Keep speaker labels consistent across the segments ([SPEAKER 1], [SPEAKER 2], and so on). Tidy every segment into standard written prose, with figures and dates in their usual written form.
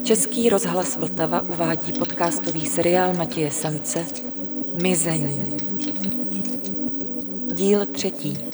[SPEAKER 1] Český rozhlas Vltava uvádí podcastový seriál Matěje Sance Mizení. Díl 3.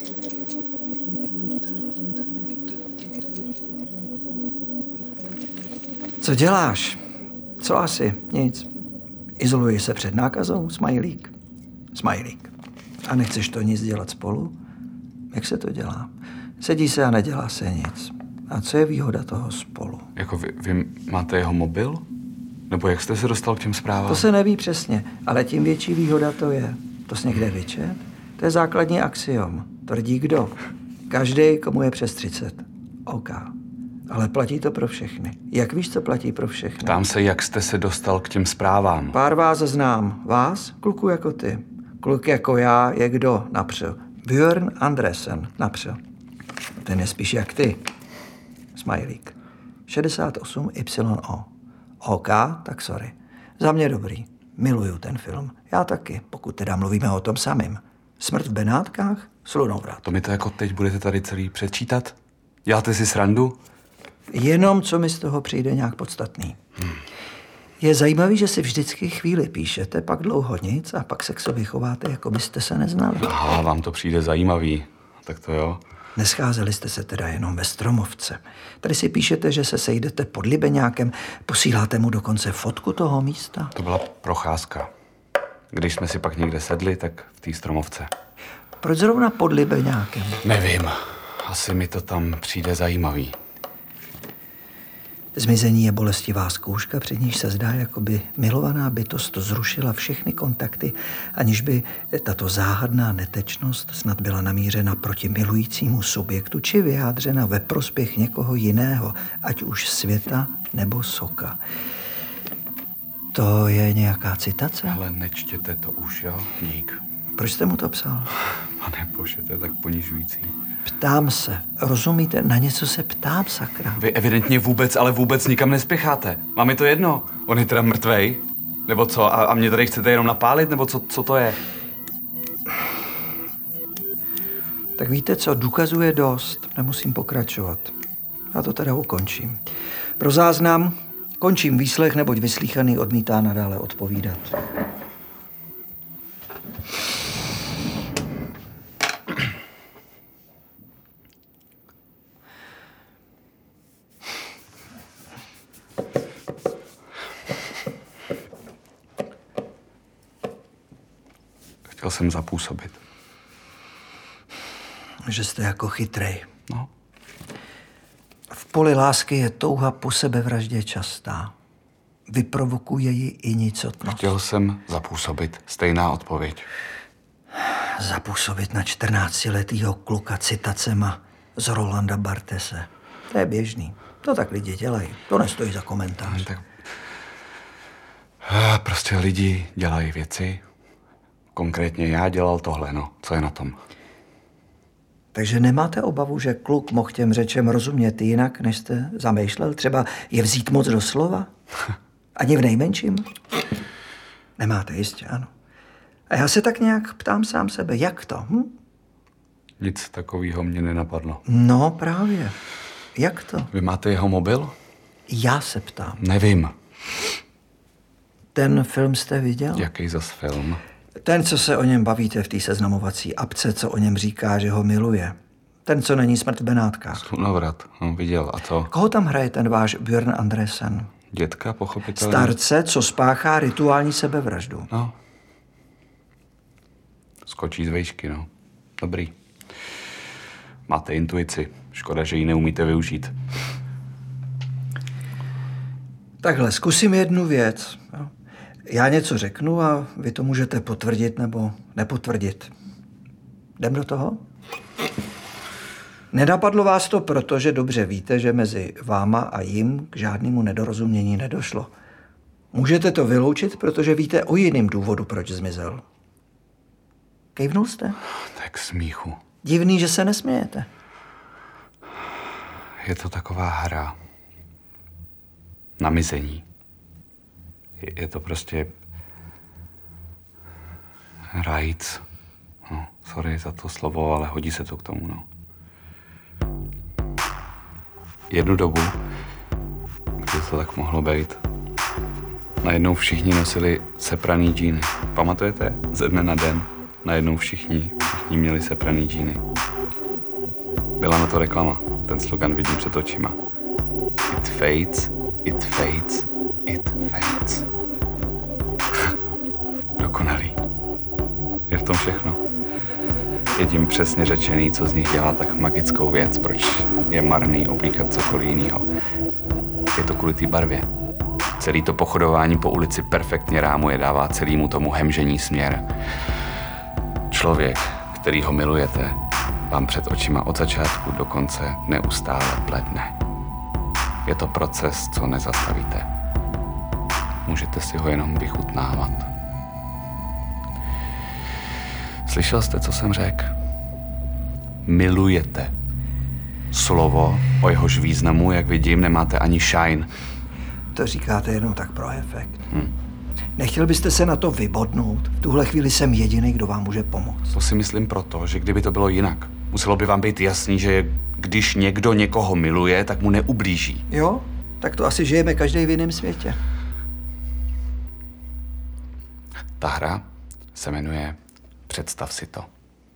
[SPEAKER 2] Co děláš? Co asi? Nic. Izoluješ se před nákazou? Smajlík. Smajlík. A nechceš to nic dělat spolu? Jak se to dělá? Sedí se a nedělá se nic. A co je výhoda toho spolu?
[SPEAKER 3] Jako vy máte jeho mobil? Nebo jak jste se dostal k těm zprávám?
[SPEAKER 2] To se neví přesně, ale tím větší výhoda to je. To jsi někde vyčet? To je základní axiom. Tvrdí kdo? Každý, komu je přes 30. OK. Ale platí to pro všechny. Jak víš, co platí pro všechny?
[SPEAKER 3] Ptám se, jak jste se dostal k těm zprávám.
[SPEAKER 2] Pár vás znám. Vás? Kluků jako ty. Kluk jako já je kdo? Napřel. Björn Andresen. Napřel. Ten je spíš jak ty. Smajlík. 68YO. OK, tak sorry. Za mě dobrý. Miluju ten film. Já taky, pokud teda mluvíme o tom samým. Smrt v Benátkách? Slunovrat.
[SPEAKER 3] To mi to jako teď budete tady celý předčítat? Děláte si srandu?
[SPEAKER 2] Jenom, co mi z toho přijde nějak podstatný. Je zajímavý, že si vždycky chvíli píšete, pak dlouho nic a pak se k sobě chováte, jako byste se neznali.
[SPEAKER 3] Aha, vám to přijde zajímavý. Tak to jo.
[SPEAKER 2] Nescházeli jste se teda jenom ve Stromovce. Tady si píšete, že se sejdete pod Libeňákem, posíláte mu dokonce fotku toho místa.
[SPEAKER 3] To byla procházka. Když jsme si pak někde sedli, tak v té Stromovce.
[SPEAKER 2] Proč zrovna pod Libeňákem?
[SPEAKER 3] Nevím. Asi mi to tam přijde zajímavý.
[SPEAKER 2] Zmizení je bolestivá zkouška, před níž se zdá, jako by milovaná bytost zrušila všechny kontakty, aniž by tato záhadná netečnost snad byla namířena proti milujícímu subjektu či vyjádřena ve prospěch někoho jiného, ať už světa nebo soka. To je nějaká citace?
[SPEAKER 3] Ale nečtěte to už, jo? Dík.
[SPEAKER 2] Proč jste mu to psal?
[SPEAKER 3] Pane bože, to je tak ponižující.
[SPEAKER 2] Ptám se. Rozumíte? Na něco se ptám, sakra.
[SPEAKER 3] Vy evidentně vůbec nikam nespěcháte. Vám je to jedno. On je teda mrtvej? Nebo co? A mě tady chcete jenom napálit? Nebo co to je?
[SPEAKER 2] Tak víte co? Důkazů je dost. Nemusím pokračovat. Já to teda ukončím. Pro záznam končím výslech, neboť vyslíchaný odmítá nadále odpovídat.
[SPEAKER 3] Chtěl jsem zapůsobit.
[SPEAKER 2] Že jste jako chytrej.
[SPEAKER 3] No.
[SPEAKER 2] V poli lásky je touha po sebevraždě častá. Vyprovokuje ji i nicotnost.
[SPEAKER 3] Chtěl jsem zapůsobit. Stejná odpověď.
[SPEAKER 2] Zapůsobit na 14letýho kluka citacema z Rolanda Barthese. To je běžný. To tak lidi dělají. To nestojí za komentář.
[SPEAKER 3] Tak... Prostě lidi dělají věci. Konkrétně já dělal tohle, no. Co je na tom?
[SPEAKER 2] Takže nemáte obavu, že kluk mohl těm řečem rozumět jinak, než jste zamýšlel? Třeba je vzít moc do slova? Ani v nejmenším? Nemáte, jistě, ano. A já se tak nějak ptám sám sebe, jak to?
[SPEAKER 3] Nic takového mě nenapadlo.
[SPEAKER 2] No právě. Jak to?
[SPEAKER 3] Vy máte jeho mobil?
[SPEAKER 2] Já se ptám.
[SPEAKER 3] Nevím.
[SPEAKER 2] Ten film jste viděl?
[SPEAKER 3] Jaký zas film?
[SPEAKER 2] Ten, co se o něm bavíte v té seznamovací apce, co o něm říká, že ho miluje. Ten, co není Smrt v Benátkách.
[SPEAKER 3] Slunovrat, no, viděl. A co?
[SPEAKER 2] Koho tam hraje ten váš Björn Andresen?
[SPEAKER 3] Dětka, pochopitelně.
[SPEAKER 2] Starce, co spáchá rituální sebevraždu.
[SPEAKER 3] No. Skočí z vejšky, no. Dobrý. Máte intuici. Škoda, že ji neumíte využít.
[SPEAKER 2] Takhle, zkusím jednu věc. Já něco řeknu a vy to můžete potvrdit nebo nepotvrdit. Jdem do toho? Nenapadlo vás to proto, že dobře víte, že mezi váma a jim k žádnému nedorozumění nedošlo. Můžete to vyloučit, protože víte o jiném důvodu, proč zmizel. Kejvnul jste?
[SPEAKER 3] Tak smíchu.
[SPEAKER 2] Divný, že se nesmějete.
[SPEAKER 3] Je to taková hra. Na mizení. Je to prostě... Rajc. No, sorry za to slovo, ale hodí se to k tomu, no. Jednu dobu, kdy to tak mohlo být. Najednou všichni nosili sepraný džíny. Pamatujete? Ze dne na den. Najednou všichni měli sepraný džíny. Byla na to reklama. Ten slogan vidím před očima. It fades, it fades, it fades. Dokonalý. Je v tom všechno. Je tím přesně řečený, co z nich dělá tak magickou věc, proč je marný oblíkat cokoliv jinýho. Je to kvůli té barvě. Celý to pochodování po ulici perfektně rámuje, dává celému tomu hemžení směr. Člověk, který ho milujete, vám před očima od začátku do konce neustále bledne. Je to proces, co nezastavíte. Můžete si ho jenom vychutnávat. Slyšel jste, co jsem řekl? Milujete. Slovo, o jehož významu, jak vidím, nemáte ani šajn.
[SPEAKER 2] To říkáte jenom tak pro efekt. Nechtěl byste se na to vybodnout? V tuhle chvíli jsem jediný, kdo vám může pomoct.
[SPEAKER 3] To si myslím proto, že kdyby to bylo jinak, muselo by vám být jasný, že když někdo někoho miluje, tak mu neublíží.
[SPEAKER 2] Jo? Tak to asi žijeme každý v jiném světě.
[SPEAKER 3] Ta hra se jmenuje Představ si to.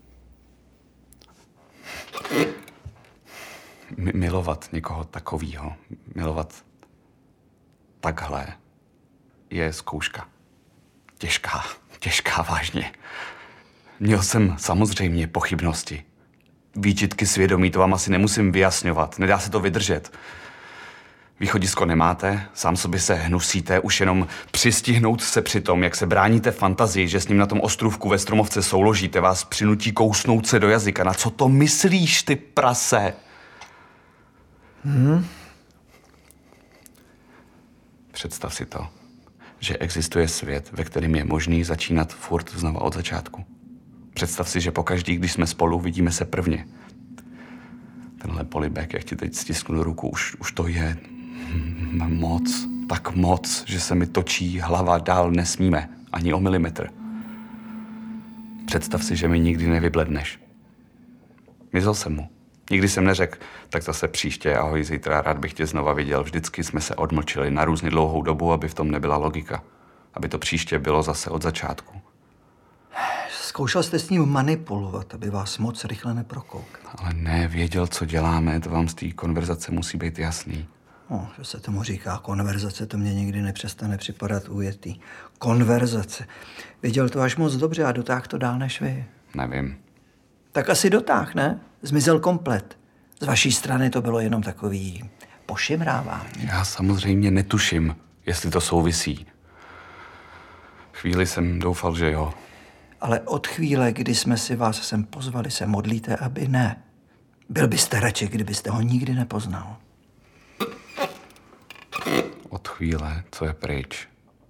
[SPEAKER 3] Milovat někoho takovýho, milovat takhle je zkouška. Těžká vážně. Měl jsem samozřejmě pochybnosti. Výčitky svědomí, to vám asi nemusím vyjasňovat. Nedá se to vydržet. Východisko nemáte, sám sobě se hnusíte, už jenom přistihnout se při tom, jak se bráníte fantazii, že s ním na tom ostrůvku ve stromovce souložíte, vás přinutí kousnout se do jazyka. Na co to myslíš, ty prase? Představ si to, že existuje svět, ve kterém je možný začínat furt znova od začátku. Představ si, že pokaždý, když jsme spolu, vidíme se prvně. Tenhle polibek, jak ti teď stisknu do ruku, už to je moc, tak moc, že se mi točí hlava, dál nesmíme, ani o milimetr. Představ si, že mi nikdy nevybledneš. Mizel jsem mu. Nikdy jsem neřekl, tak zase příště, ahoj, zítra, rád bych tě znova viděl. Vždycky jsme se odmlčili na různě dlouhou dobu, aby v tom nebyla logika. Aby to příště bylo zase od začátku.
[SPEAKER 2] Zkoušel jste s ním manipulovat, aby vás moc rychle neprokoukl.
[SPEAKER 3] Ale ne, věděl, co děláme, to vám z té konverzace musí být jasný.
[SPEAKER 2] Že se tomu říká konverzace, to mě nikdy nepřestane připadat ujetý. Konverzace. Věděl to až moc dobře a dotáhl to dál než vy.
[SPEAKER 3] Nevím.
[SPEAKER 2] Tak asi dotáhl, ne? Zmizel komplet. Z vaší strany to bylo jenom takový pošimrávání.
[SPEAKER 3] Já samozřejmě netuším, jestli to souvisí. Chvíli jsem doufal, že jo.
[SPEAKER 2] Ale od chvíle, kdy jsme si vás sem pozvali, se modlíte, aby ne. Byl byste radši, kdybyste ho nikdy nepoznal.
[SPEAKER 3] Od chvíle, co je pryč,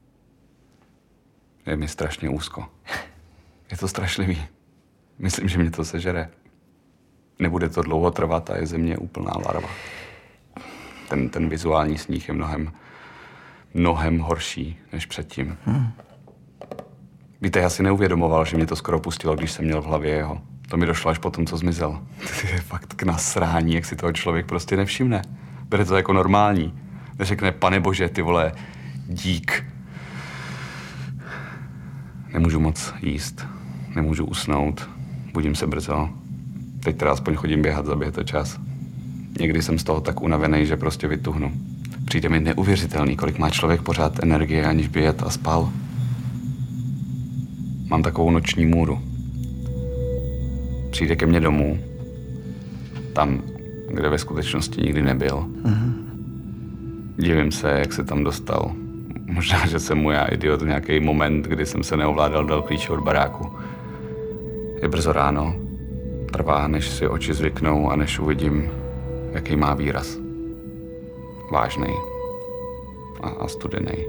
[SPEAKER 3] je mi strašně úzko. Je to strašlivý. Myslím, že mě to sežere. Nebude to dlouho trvat a je ze mě úplná larva. Ten vizuální sníh je mnohem horší než předtím. Víte, já si neuvědomoval, že mě to skoro pustilo, když jsem měl v hlavě jeho. To mi došlo až po tom, co zmizel. To je fakt k nasrání, jak si toho člověk prostě nevšimne. Bere to jako normální. Neřekne, pane bože, ty vole, dík. Nemůžu moc jíst, nemůžu usnout, budím se brzo. Teď teda aspoň chodím běhat, zabije to čas. Někdy jsem z toho tak unavený, že prostě vytuhnu. Přijde mi neuvěřitelný, kolik má člověk pořád energie, aniž by jet a spal. Mám takovou noční můru. Přijde ke mně domů, tam, kde ve skutečnosti nikdy nebyl. Divím se, jak se tam dostal. Možná, že jsem mu já idiot v nějaký moment, kdy jsem se neovládal, dal klíče od baráku. Je brzo ráno, trvá, než si oči zvyknou a než uvidím, jaký má výraz. Vážnej a studený.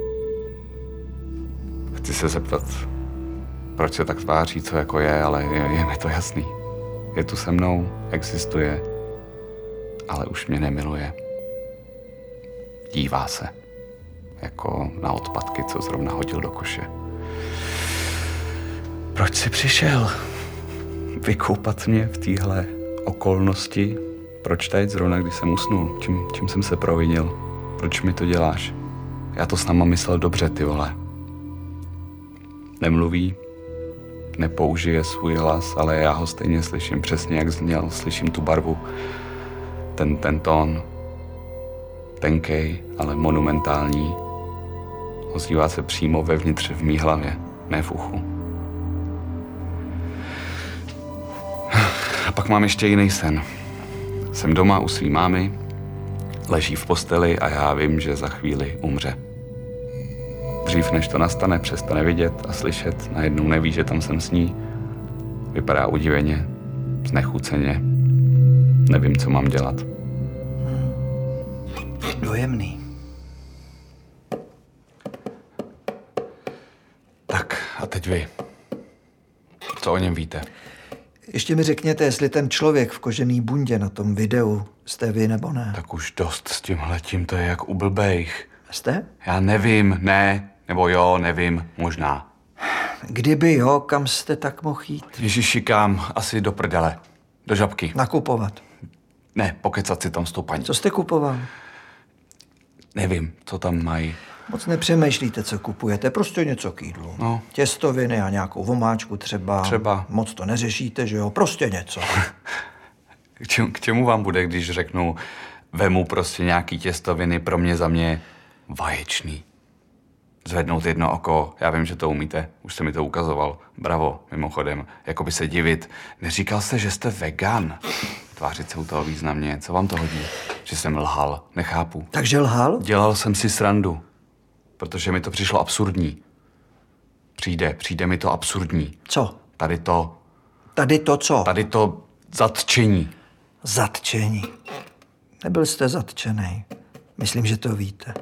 [SPEAKER 3] Chci se zeptat, proč se tak tváří, co jako je, ale je mi to jasný. Je tu se mnou, existuje, ale už mě nemiluje. Dívá se, jako na odpadky, co zrovna hodil do koše. Proč jsi přišel? Vykoupat mě v téhle okolnosti? Proč teď zrovna, když jsem usnul? Čím jsem se provinil? Proč mi to děláš? Já to s náma myslel dobře, ty vole. Nemluví, nepoužije svůj hlas, ale já ho stejně slyším přesně, jak zněl. Slyším tu barvu, ten tón. Tenkej, ale monumentální. Ozývá se přímo vevnitř v mý hlavě, ne v uchu. A pak mám ještě jiný sen. Jsem doma u svý mámy, leží v posteli a já vím, že za chvíli umře. Dřív než to nastane, přestane vidět a slyšet, najednou neví, že tam jsem s ní. Vypadá udiveně, znechuceně. Nevím, co mám dělat.
[SPEAKER 2] Dojemný.
[SPEAKER 3] Tak, a teď vy. Co o něm víte?
[SPEAKER 2] Ještě mi řekněte, jestli ten člověk v kožený bundě na tom videu jste vy nebo ne.
[SPEAKER 3] Tak už dost s tímhletím, to je jak u blbejch.
[SPEAKER 2] Jste?
[SPEAKER 3] Já nevím, ne, nebo jo, nevím, možná.
[SPEAKER 2] Kdyby jo, kam jste tak mohl jít?
[SPEAKER 3] Ježiši, kam? Asi do prdele. Do Žabky.
[SPEAKER 2] Nakupovat.
[SPEAKER 3] Ne, pokecat si tam s tou paní.
[SPEAKER 2] Co jste kupoval?
[SPEAKER 3] Nevím, co tam mají.
[SPEAKER 2] Moc nepřemýšlíte, co kupujete, prostě něco k jídlu.
[SPEAKER 3] No.
[SPEAKER 2] Těstoviny a nějakou vomáčku třeba.
[SPEAKER 3] Třeba.
[SPEAKER 2] Moc to neřešíte, že jo? Prostě něco.
[SPEAKER 3] K čemu vám bude, když řeknu, vemu prostě nějaký těstoviny, pro mě za mě vaječný. Zvednout jedno oko, já vím, že to umíte, už jste mi to ukazoval. Bravo, mimochodem, jako by se divit. Neříkal jste, že jste vegan? Tvářit se u toho významně, co vám to hodí? Že jsem lhal, nechápu.
[SPEAKER 2] Takže lhal?
[SPEAKER 3] Dělal jsem si srandu, protože mi to přišlo absurdní. Přijde mi to absurdní.
[SPEAKER 2] Co?
[SPEAKER 3] Tady to
[SPEAKER 2] co?
[SPEAKER 3] Tady to zatčení.
[SPEAKER 2] Zatčení. Nebyl jste zatčenej. Myslím, že to víte.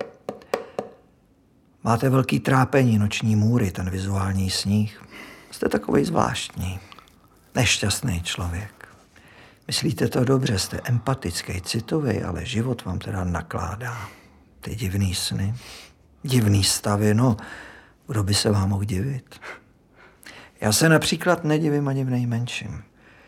[SPEAKER 2] Máte velký trápení, noční můry, ten vizuální sníh. Jste takovej zvláštní. Nešťastný člověk. Myslíte to dobře, jste empatický, citový, ale život vám teda nakládá. Ty divný sny, divný stavy, no, kdo by se vám mohl divit? Já se například nedivím ani v nejmenším.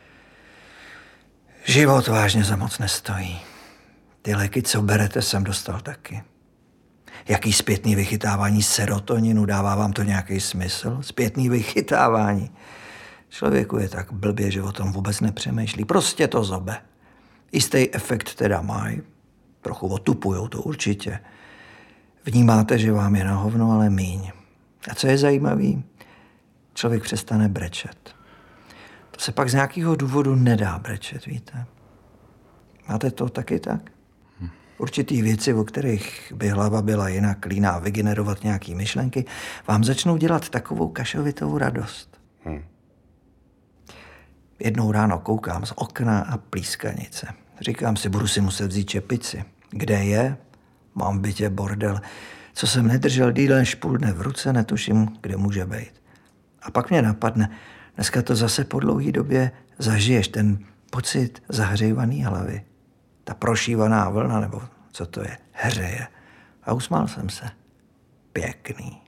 [SPEAKER 2] Život vážně za moc nestojí. Ty léky, co berete, jsem dostal taky. Jaký zpětný vychytávání serotoninu, dává vám to nějaký smysl? Zpětný vychytávání. Člověku je tak blbě, že o tom vůbec nepřemýšlí. Prostě to zobe. Jistý efekt teda mají. Trochu otupujou to určitě. Vnímáte, že vám je na hovno, ale míň. A co je zajímavý? Člověk přestane brečet. To se pak z nějakého důvodu nedá brečet, víte? Máte to taky tak? Určitý věci, o kterých by hlava byla jinak líná vygenerovat nějaký myšlenky, vám začnou dělat takovou kašovitou radost. Jednou ráno koukám z okna a plískanice. Říkám si, budu si muset vzít čepici. Kde je? Mám v bytě bordel. Co jsem nedržel díl než půl dne v ruce, netuším, kde může být. A pak mě napadne, dneska to zase po dlouhé době zažiješ, ten pocit zahřejvaný hlavy. Ta prošívaná vlna, nebo co to je, hřeje. A usmál jsem se. Pěkný.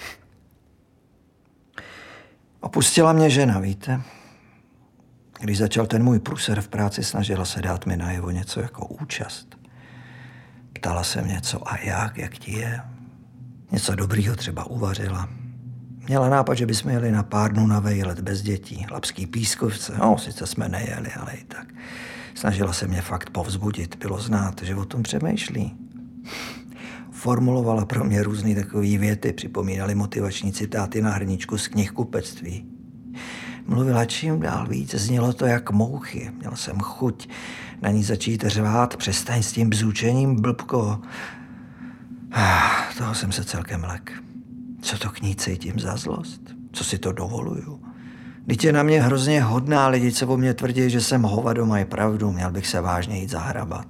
[SPEAKER 2] Opustila mě žena, víte? Když začal ten můj průser v práci, snažila se dát mi najevo něco jako účast. Ptala se mě, co a jak ti je. Něco dobrýho třeba uvařila. Měla nápad, že bychom jeli na pár dnů na vejlet bez dětí. Lapský pískovce, no, sice jsme nejeli, ale i tak. Snažila se mě fakt povzbudit, bylo znát, že o tom přemýšlí. Formulovala pro mě různý takový věty, připomínaly motivační citáty na hrníčku z knihkupectví. Mluvila čím dál víc, znělo to jak mouchy. Měl jsem chuť na ní začít řvát, přestaň s tím bzučením, blbko. Toho jsem se celkem lek. Co to k ní cítím za zlost? Co si to dovoluju? Vždyť je na mě hrozně hodná, lidi, co o mě tvrdí, že jsem hovado, mají pravdu, měl bych se vážně jít zahrabat.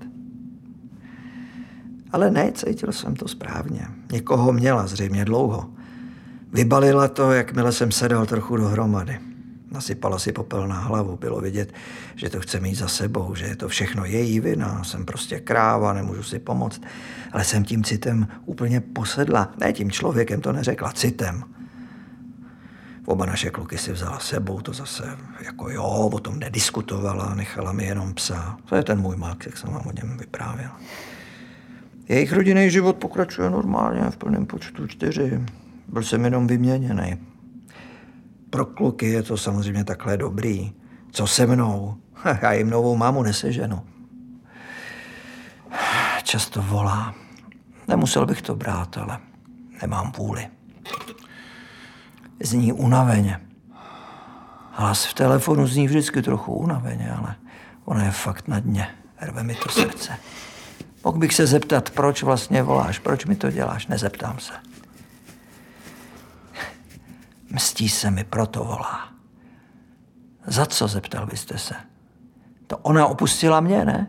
[SPEAKER 2] Ale ne, cítil jsem to správně. Někoho měla zřejmě dlouho. Vybalila to, jakmile jsem se dal trochu dohromady. Nasypala si popel na hlavu, bylo vidět, že to chce mít za sebou, že je to všechno její vina, jsem prostě kráva, nemůžu si pomoct. Ale jsem tím citem úplně posedla. Ne tím člověkem, to neřekla, citem. Oba naše kluky si vzala sebou, to zase jako jo, o tom nediskutovala, nechala mi jenom psa. To je ten můj Max, jak jsem vám o něm vyprávěl. Jejich rodinný život pokračuje normálně v plném počtu 4. Byl jsem jenom vyměněný. Pro kluky je to samozřejmě takhle dobrý. Co se mnou? Já jim novou mámu neseženu. Často volá. Nemusel bych to brát, ale nemám vůli. Zní unaveně. Hlas v telefonu zní vždycky trochu unaveně, ale ona je fakt na dně. Rve mi to srdce. Mohl bych se zeptat, proč vlastně voláš, proč mi to děláš, nezeptám se. Mstí se mi, proto volá. Za co, zeptal byste se? To ona opustila mě, ne?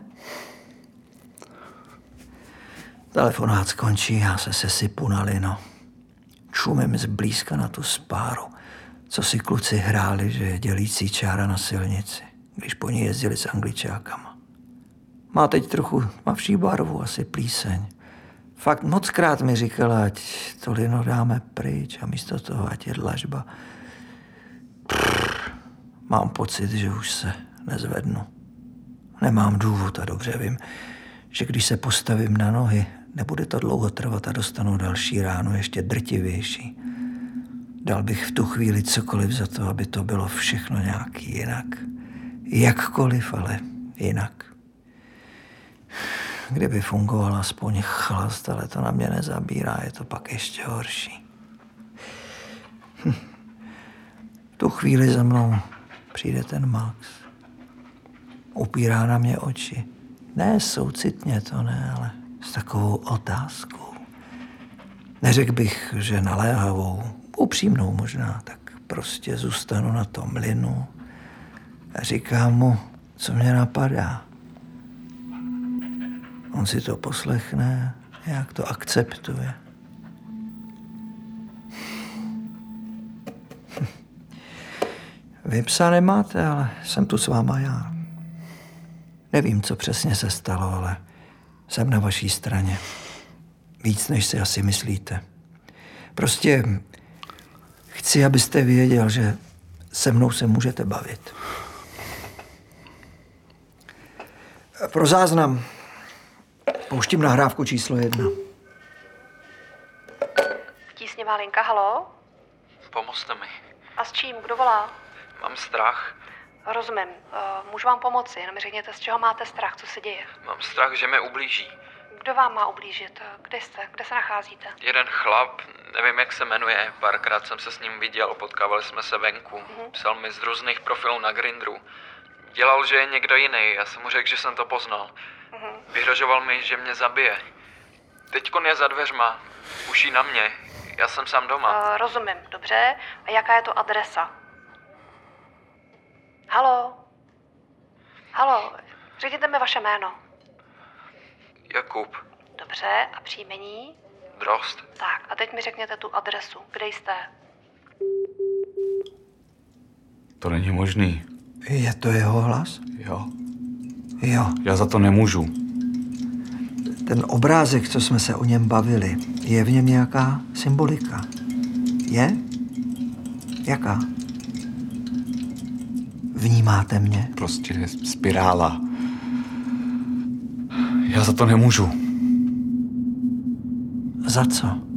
[SPEAKER 2] Telefonát skončí, já se sesypu na lino. Čumím zblízka na tu spáru, co si kluci hráli, že je dělící čára na silnici, když po ní jezdili s Angličákama. Má teď trochu tmavší barvu, asi plíseň. Fakt mockrát mi říkala, ať to lino dáme pryč a místo toho, ať je dlažba. Mám pocit, že už se nezvednu. Nemám důvod a dobře vím, že když se postavím na nohy, nebude to dlouho trvat a dostanu další ránu ještě drtivější. Dal bych v tu chvíli cokoliv za to, aby to bylo všechno nějak jinak. Jakkoliv, ale jinak. Kdyby fungoval aspoň chlast, ale to na mě nezabírá, je to pak ještě horší. V tu chvíli za mnou přijde ten Max. Upírá na mě oči. Ne soucitně, to ne, ale s takovou otázkou. Neřekl bych, že naléhavou, upřímnou možná, tak prostě zůstanu na tom mlynu a říkám mu, co mě napadá. On si to poslechne, jak to akceptuje. Vy psa nemáte, ale jsem tu s váma já. Nevím, co přesně se stalo, ale jsem na vaší straně. Víc, než si asi myslíte. Prostě chci, abyste věděl, že se mnou se můžete bavit. Pro záznam pouštím nahrávku číslo 1.
[SPEAKER 4] Tísněvá linka, halo?
[SPEAKER 5] Pomozte mi.
[SPEAKER 4] A s čím? Kdo volá?
[SPEAKER 5] Mám strach.
[SPEAKER 4] Rozumím. Můžu vám pomoci, jenom mi řekněte, z čeho máte strach, co se děje.
[SPEAKER 5] Mám strach, že mi ublíží.
[SPEAKER 4] Kdo vám má ublížit? Kde jste? Kde se nacházíte?
[SPEAKER 5] Jeden chlap, nevím, jak se jmenuje, párkrát jsem se s ním viděl, potkávali jsme se venku. Psal mi z různých profilů na Grindru. Dělal, že je někdo jiný, já jsem mu řekl, že jsem to poznal. Vyhrožoval mi, že mě zabije. Teďkon je za dveřma, uší na mě, já jsem sám doma.
[SPEAKER 4] Rozumím, dobře. A jaká je to adresa? Halo? Halo, řekněte mi vaše jméno.
[SPEAKER 5] Jakub.
[SPEAKER 4] Dobře, a příjmení?
[SPEAKER 5] Drost.
[SPEAKER 4] Tak, a teď mi řekněte tu adresu. Kde jste?
[SPEAKER 3] To není možný.
[SPEAKER 2] Je to jeho hlas?
[SPEAKER 3] Jo.
[SPEAKER 2] Jo.
[SPEAKER 3] Já za to nemůžu.
[SPEAKER 2] Ten obrázek, co jsme se o něm bavili, je v něm nějaká symbolika. Je? Jaká? Vnímáte mě?
[SPEAKER 3] Prostě je spirála. Já za to nemůžu.
[SPEAKER 2] Za co?